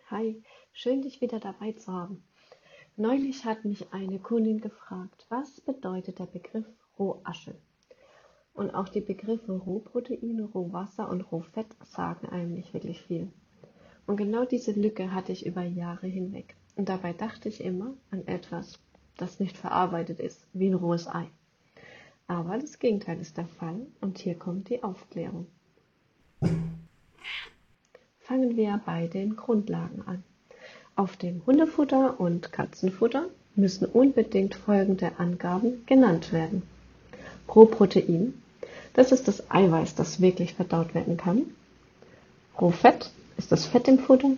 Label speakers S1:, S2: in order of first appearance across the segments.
S1: Hi, schön dich wieder dabei zu haben. Neulich hat mich eine Kundin gefragt, was bedeutet der Begriff Rohasche? Und auch die Begriffe Rohprotein, Rohwasser und Rohfett sagen einem nicht wirklich viel. Und genau diese Lücke hatte ich über Jahre hinweg. Und dabei dachte ich immer an etwas, das nicht verarbeitet ist, wie ein rohes Ei. Aber das Gegenteil ist der Fall und hier kommt die Aufklärung. Fangen wir bei den Grundlagen an. Auf dem Hundefutter und Katzenfutter müssen unbedingt folgende Angaben genannt werden. Rohprotein, das ist das Eiweiß, das wirklich verdaut werden kann. Rohfett ist das Fett im Futter.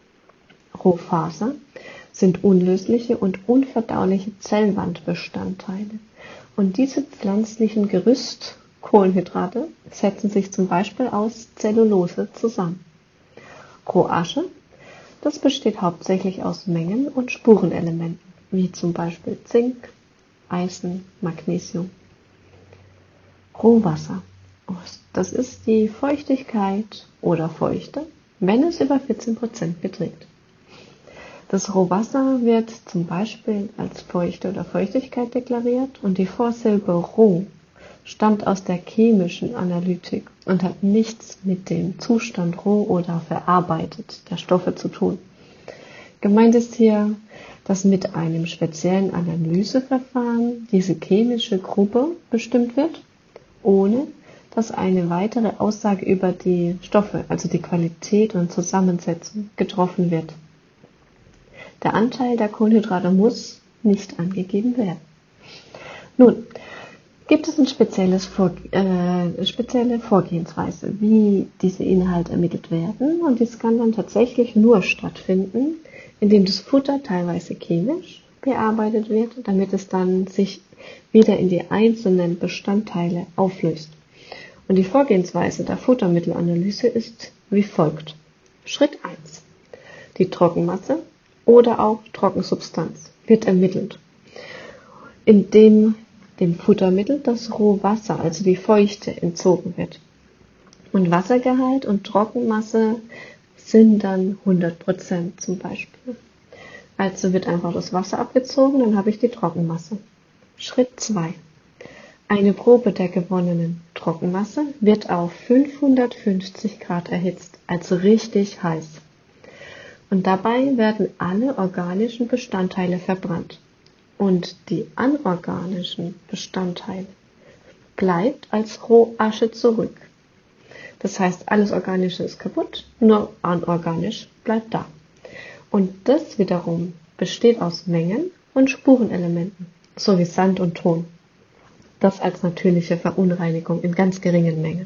S1: Rohfaser sind unlösliche und unverdauliche Zellwandbestandteile. Und diese pflanzlichen Kohlenhydrate setzen sich zum Beispiel aus Zellulose zusammen. Rohasche, das besteht hauptsächlich aus Mengen- und Spurenelementen, wie zum Beispiel Zink, Eisen, Magnesium. Rohwasser, das ist die Feuchtigkeit oder Feuchte, wenn es über 14% beträgt. Das Rohwasser wird zum Beispiel als Feuchte oder Feuchtigkeit deklariert und die Vorsilbe Roh stammt aus der chemischen Analytik und hat nichts mit dem Zustand roh oder verarbeitet der Stoffe zu tun. Gemeint ist hier, dass mit einem speziellen Analyseverfahren diese chemische Gruppe bestimmt wird, ohne dass eine weitere Aussage über die Stoffe, also die Qualität und Zusammensetzung, getroffen wird. Der Anteil der Kohlenhydrate muss nicht angegeben werden. Nun, gibt es eine spezielle Vorgehensweise, wie diese Inhalte ermittelt werden, und dies kann dann tatsächlich nur stattfinden, indem das Futter teilweise chemisch bearbeitet wird, damit es dann sich wieder in die einzelnen Bestandteile auflöst. Und die Vorgehensweise der Futtermittelanalyse ist wie folgt. Schritt 1. Die Trockenmasse oder auch Trockensubstanz wird ermittelt, indem dem Futtermittel das Rohwasser, also die Feuchte, entzogen wird. Und Wassergehalt und Trockenmasse sind dann 100% zum Beispiel. Also wird einfach das Wasser abgezogen, dann habe ich die Trockenmasse. Schritt 2. Eine Probe der gewonnenen Trockenmasse wird auf 550 Grad erhitzt, also richtig heiß. Und dabei werden alle organischen Bestandteile verbrannt. Und die anorganischen Bestandteile bleibt als Rohasche zurück. Das heißt, alles Organische ist kaputt, nur anorganisch bleibt da. Und das wiederum besteht aus Mengen und Spurenelementen, sowie Sand und Ton. Das als natürliche Verunreinigung in ganz geringen Mengen.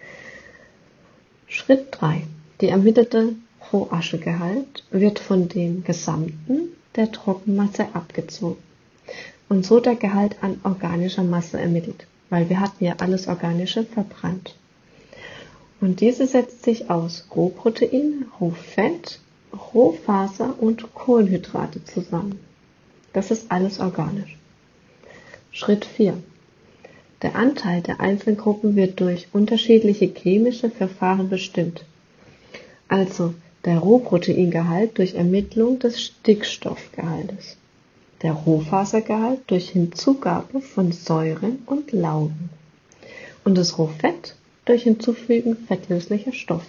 S1: Schritt 3. Die ermittelte Rohaschegehalt wird von dem Gesamten der Trockenmasse abgezogen und so der Gehalt an organischer Masse ermittelt, weil wir hatten ja alles Organische verbrannt. Und diese setzt sich aus Rohprotein, Rohfett, Rohfaser und Kohlenhydrate zusammen. Das ist alles organisch. Schritt 4. Der Anteil der einzelnen Gruppen wird durch unterschiedliche chemische Verfahren bestimmt. Also der Rohproteingehalt durch Ermittlung des Stickstoffgehaltes, der Rohfasergehalt durch Hinzugabe von Säuren und Laugen und das Rohfett durch Hinzufügen fettlöslicher Stoffe.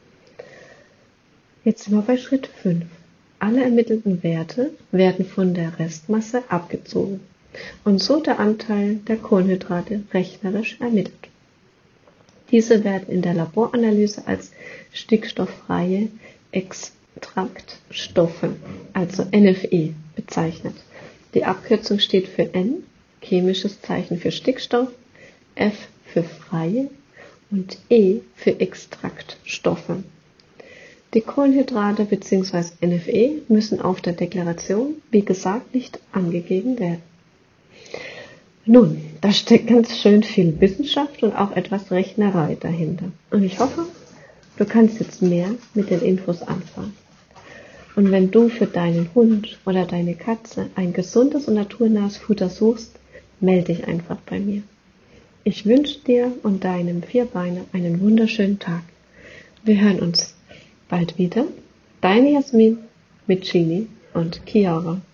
S1: Jetzt sind wir bei Schritt 5. Alle ermittelten Werte werden von der Restmasse abgezogen und so der Anteil der Kohlenhydrate rechnerisch ermittelt. Diese werden in der Laboranalyse als stickstofffreie Extraktstoffe, also NFE, bezeichnet. Die Abkürzung steht für N, chemisches Zeichen für Stickstoff, F für freie und E für Extraktstoffe. Die Kohlenhydrate bzw. NFE müssen auf der Deklaration, wie gesagt, nicht angegeben werden. Nun, da steckt ganz schön viel Wissenschaft und auch etwas Rechnerei dahinter. Und ich hoffe, du kannst jetzt mehr mit den Infos anfangen. Und wenn du für deinen Hund oder deine Katze ein gesundes und naturnahes Futter suchst, melde dich einfach bei mir. Ich wünsche dir und deinem Vierbeiner einen wunderschönen Tag. Wir hören uns bald wieder. Deine Jasmin mit Chini und Chiara.